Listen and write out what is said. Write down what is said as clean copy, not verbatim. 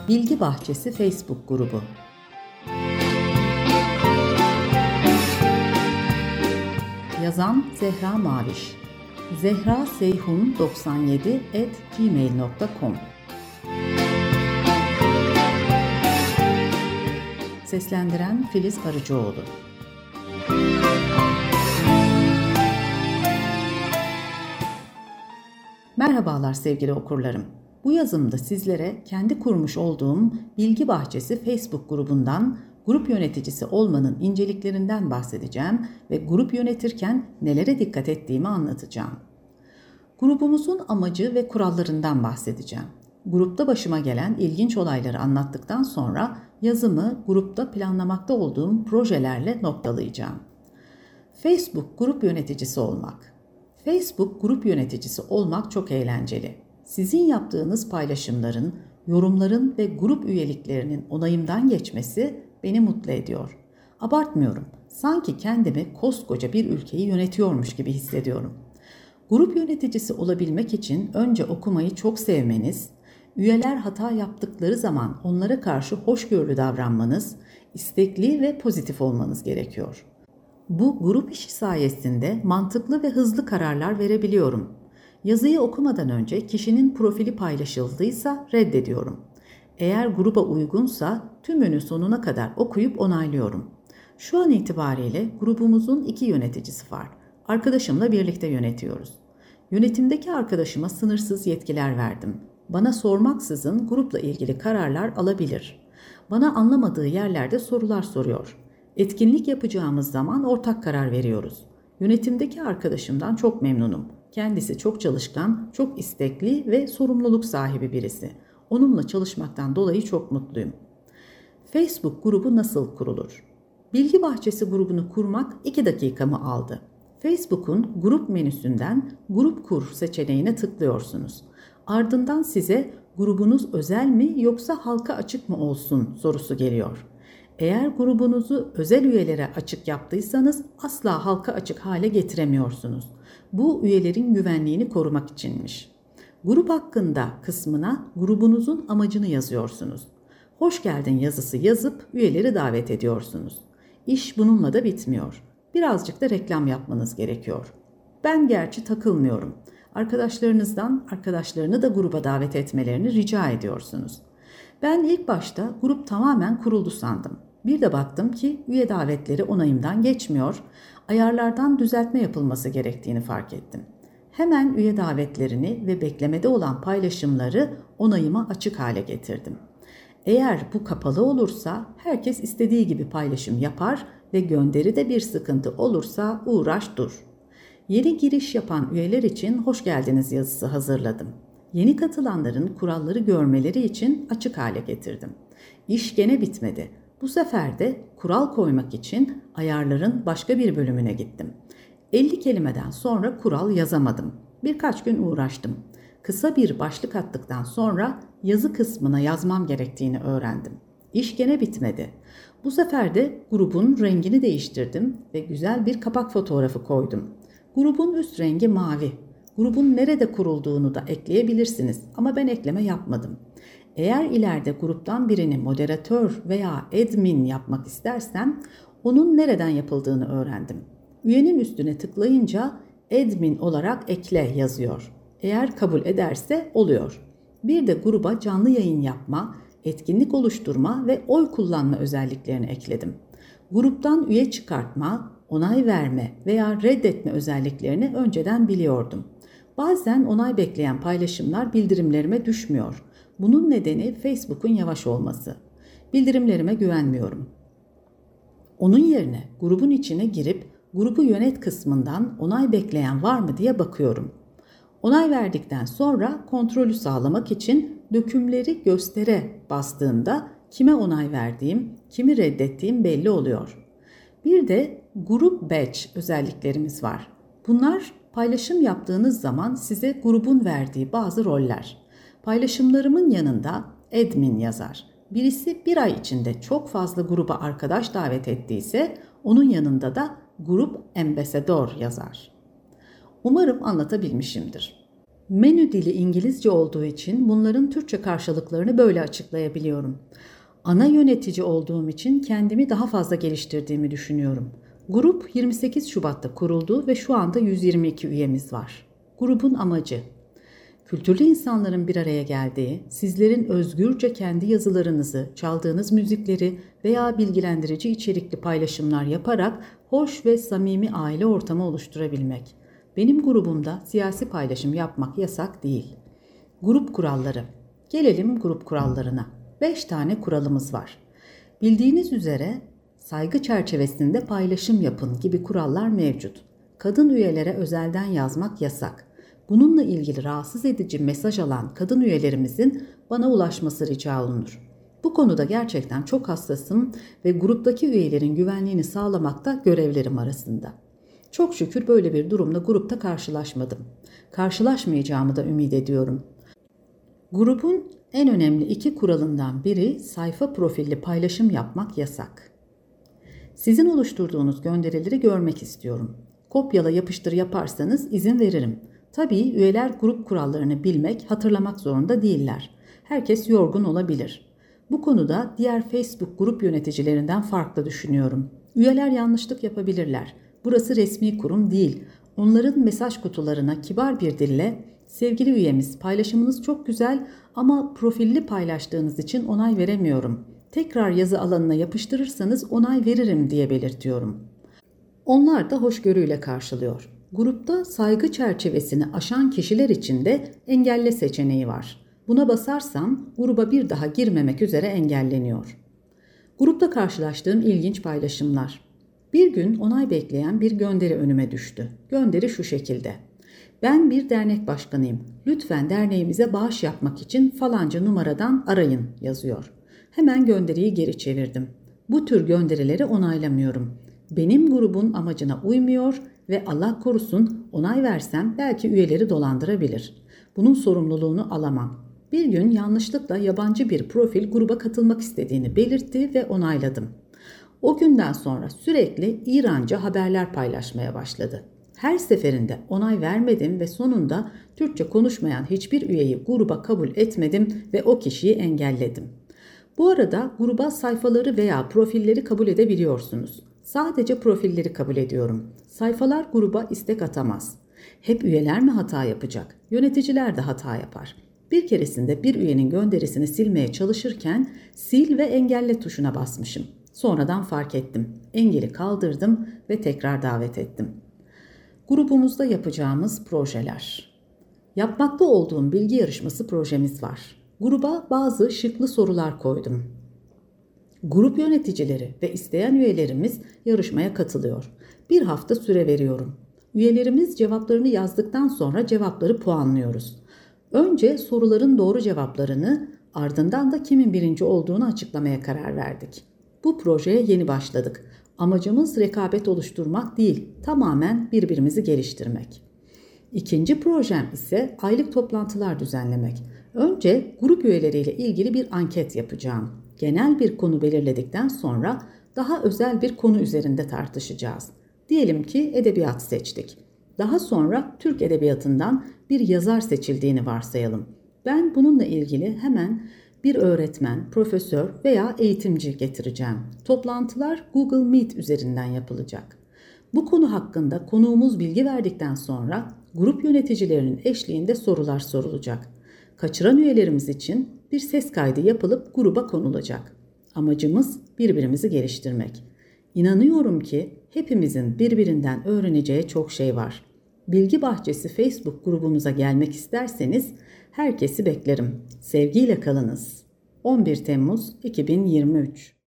Bilgi Bahçesi Facebook grubu. Yazan Zehra Maviş. zehraseyhun97@gmail.com. Seslendiren Filiz Arıcıoğlu. Merhabalar sevgili okurlarım. Bu yazımda sizlere kendi kurmuş olduğum Bilgi Bahçesi Facebook grubundan grup yöneticisi olmanın inceliklerinden bahsedeceğim ve grup yönetirken nelere dikkat ettiğimi anlatacağım. Grubumuzun amacı ve kurallarından bahsedeceğim. Grupta başıma gelen ilginç olayları anlattıktan sonra yazımı grupta planlamakta olduğum projelerle noktalayacağım. Facebook grup yöneticisi olmak. Facebook grup yöneticisi olmak çok eğlenceli. Sizin yaptığınız paylaşımların, yorumların ve grup üyeliklerinin onayımdan geçmesi beni mutlu ediyor. Abartmıyorum. Sanki kendimi koskoca bir ülkeyi yönetiyormuş gibi hissediyorum. Grup yöneticisi olabilmek için önce okumayı çok sevmeniz, üyeler hata yaptıkları zaman onlara karşı hoşgörülü davranmanız, istekli ve pozitif olmanız gerekiyor. Bu grup işi sayesinde mantıklı ve hızlı kararlar verebiliyorum. Yazıyı okumadan önce kişinin profili paylaşıldıysa reddediyorum. Eğer gruba uygunsa tümünü sonuna kadar okuyup onaylıyorum. Şu an itibariyle grubumuzun 2 yöneticisi var. Arkadaşımla birlikte yönetiyoruz. Yönetimdeki arkadaşıma sınırsız yetkiler verdim. Bana sormaksızın grupla ilgili kararlar alabilir. Bana anlamadığı yerlerde sorular soruyor. Etkinlik yapacağımız zaman ortak karar veriyoruz. Yönetimdeki arkadaşımdan çok memnunum. Kendisi çok çalışkan, çok istekli ve sorumluluk sahibi birisi. Onunla çalışmaktan dolayı çok mutluyum. Facebook grubu nasıl kurulur? Bilgi Bahçesi grubunu kurmak 2 dakikamı aldı. Facebook'un grup menüsünden grup kur seçeneğine tıklıyorsunuz. Ardından size grubunuz özel mi yoksa halka açık mı olsun sorusu geliyor. Eğer grubunuzu özel üyelere açık yaptıysanız asla halka açık hale getiremiyorsunuz. Bu üyelerin güvenliğini korumak içinmiş. Grup hakkında kısmına grubunuzun amacını yazıyorsunuz. Hoş geldin yazısı yazıp üyeleri davet ediyorsunuz. İş bununla da bitmiyor. Birazcık da reklam yapmanız gerekiyor. Ben gerçi takılmıyorum. Arkadaşlarınızdan arkadaşlarını da gruba davet etmelerini rica ediyorsunuz. Ben ilk başta grup tamamen kuruldu sandım. Bir de baktım ki üye davetleri onayımdan geçmiyor, ayarlardan düzeltme yapılması gerektiğini fark ettim. Hemen üye davetlerini ve beklemede olan paylaşımları onayıma açık hale getirdim. Eğer bu kapalı olursa herkes istediği gibi paylaşım yapar ve gönderide bir sıkıntı olursa uğraş dur. Yeni giriş yapan üyeler için hoş geldiniz yazısı hazırladım. Yeni katılanların kuralları görmeleri için açık hale getirdim. İş gene bitmedi. Bu sefer de kural koymak için ayarların başka bir bölümüne gittim. 50 kelimeden sonra kural yazamadım. Birkaç gün uğraştım. Kısa bir başlık attıktan sonra yazı kısmına yazmam gerektiğini öğrendim. İş gene bitmedi. Bu sefer de grubun rengini değiştirdim ve güzel bir kapak fotoğrafı koydum. Grubun üst rengi mavi. Grubun nerede kurulduğunu da ekleyebilirsiniz ama ben ekleme yapmadım. Eğer ileride gruptan birini moderatör veya admin yapmak istersem onun nereden yapıldığını öğrendim. Üyenin üstüne tıklayınca admin olarak ekle yazıyor. Eğer kabul ederse oluyor. Bir de gruba canlı yayın yapma, etkinlik oluşturma ve oy kullanma özelliklerini ekledim. Gruptan üye çıkartma, onay verme veya reddetme özelliklerini önceden biliyordum. Bazen onay bekleyen paylaşımlar bildirimlerime düşmüyor. Bunun nedeni Facebook'un yavaş olması. Bildirimlerime güvenmiyorum. Onun yerine grubun içine girip grubu yönet kısmından onay bekleyen var mı diye bakıyorum. Onay verdikten sonra kontrolü sağlamak için dökümleri göstere bastığımda kime onay verdiğim, kimi reddettiğim belli oluyor. Bir de grup badge özelliklerimiz var. Bunlar paylaşım yaptığınız zaman size grubun verdiği bazı roller. Paylaşımlarımın yanında admin yazar. Birisi bir ay içinde çok fazla gruba arkadaş davet ettiyse onun yanında da grup ambassador yazar. Umarım anlatabilmişimdir. Menü dili İngilizce olduğu için bunların Türkçe karşılıklarını böyle açıklayabiliyorum. Ana yönetici olduğum için kendimi daha fazla geliştirdiğimi düşünüyorum. Grup 28 Şubat'ta kuruldu ve şu anda 122 üyemiz var. Grubun amacı: kültürlü insanların bir araya geldiği, sizlerin özgürce kendi yazılarınızı, çaldığınız müzikleri veya bilgilendirici içerikli paylaşımlar yaparak hoş ve samimi aile ortamı oluşturabilmek. Benim grubumda siyasi paylaşım yapmak yasak değil. Grup kuralları. Gelelim grup kurallarına. 5 tane kuralımız var. Bildiğiniz üzere saygı çerçevesinde paylaşım yapın gibi kurallar mevcut. Kadın üyelere özelden yazmak yasak. Bununla ilgili rahatsız edici mesaj alan kadın üyelerimizin bana ulaşması rica olunur. Bu konuda gerçekten çok hassasım ve gruptaki üyelerin güvenliğini sağlamakta görevlerim arasında. Çok şükür böyle bir durumla grupta karşılaşmadım. Karşılaşmayacağımı da ümit ediyorum. Grubun en önemli 2 kuralından biri sayfa profilli paylaşım yapmak yasak. Sizin oluşturduğunuz gönderileri görmek istiyorum. Kopyala yapıştır yaparsanız izin veririm. Tabii üyeler grup kurallarını bilmek, hatırlamak zorunda değiller. Herkes yorgun olabilir. Bu konuda diğer Facebook grup yöneticilerinden farklı düşünüyorum. Üyeler yanlışlık yapabilirler. Burası resmi kurum değil. Onların mesaj kutularına kibar bir dille "Sevgili üyemiz, paylaşımınız çok güzel ama profilli paylaştığınız için onay veremiyorum. Tekrar yazı alanına yapıştırırsanız onay veririm" diye belirtiyorum. Onlar da hoşgörüyle karşılıyor. Grupta saygı çerçevesini aşan kişiler için de engelle seçeneği var. Buna basarsam gruba bir daha girmemek üzere engelleniyor. Grupta karşılaştığım ilginç paylaşımlar. Bir gün onay bekleyen bir gönderi önüme düştü. Gönderi şu şekilde: "Ben bir dernek başkanıyım. Lütfen derneğimize bağış yapmak için falanca numaradan arayın" yazıyor. Hemen gönderiyi geri çevirdim. Bu tür gönderileri onaylamıyorum. Benim grubun amacına uymuyor ve Allah korusun onay versem belki üyeleri dolandırabilir. Bunun sorumluluğunu alamam. Bir gün yanlışlıkla yabancı bir profil gruba katılmak istediğini belirtti ve onayladım. O günden sonra sürekli İranca haberler paylaşmaya başladı. Her seferinde onay vermedim ve sonunda Türkçe konuşmayan hiçbir üyeyi gruba kabul etmedim ve o kişiyi engelledim. Bu arada gruba sayfaları veya profilleri kabul edebiliyorsunuz. Sadece profilleri kabul ediyorum. Sayfalar gruba istek atamaz. Hep üyeler mi hata yapacak? Yöneticiler de hata yapar. Bir keresinde bir üyenin gönderisini silmeye çalışırken sil ve engelle tuşuna basmışım. Sonradan fark ettim. Engeli kaldırdım ve tekrar davet ettim. Grubumuzda yapacağımız projeler. Yapmakta olduğum bilgi yarışması projemiz var. Gruba bazı şıklı sorular koydum. Grup yöneticileri ve isteyen üyelerimiz yarışmaya katılıyor. Bir hafta süre veriyorum. Üyelerimiz cevaplarını yazdıktan sonra cevapları puanlıyoruz. Önce soruların doğru cevaplarını, ardından da kimin birinci olduğunu açıklamaya karar verdik. Bu projeye yeni başladık. Amacımız rekabet oluşturmak değil, tamamen birbirimizi geliştirmek. İkinci projem ise aylık toplantılar düzenlemek. Önce grup üyeleriyle ilgili bir anket yapacağım. Genel bir konu belirledikten sonra daha özel bir konu üzerinde tartışacağız. Diyelim ki edebiyat seçtik. Daha sonra Türk edebiyatından bir yazar seçildiğini varsayalım. Ben bununla ilgili hemen bir öğretmen, profesör veya eğitimci getireceğim. Toplantılar Google Meet üzerinden yapılacak. Bu konu hakkında konuğumuz bilgi verdikten sonra grup yöneticilerinin eşliğinde sorular sorulacak. Kaçıran üyelerimiz için bir ses kaydı yapılıp gruba konulacak. Amacımız birbirimizi geliştirmek. İnanıyorum ki hepimizin birbirinden öğreneceği çok şey var. Bilgi Bahçesi Facebook grubumuza gelmek isterseniz herkesi beklerim. Sevgiyle kalınız. 11 Temmuz 2023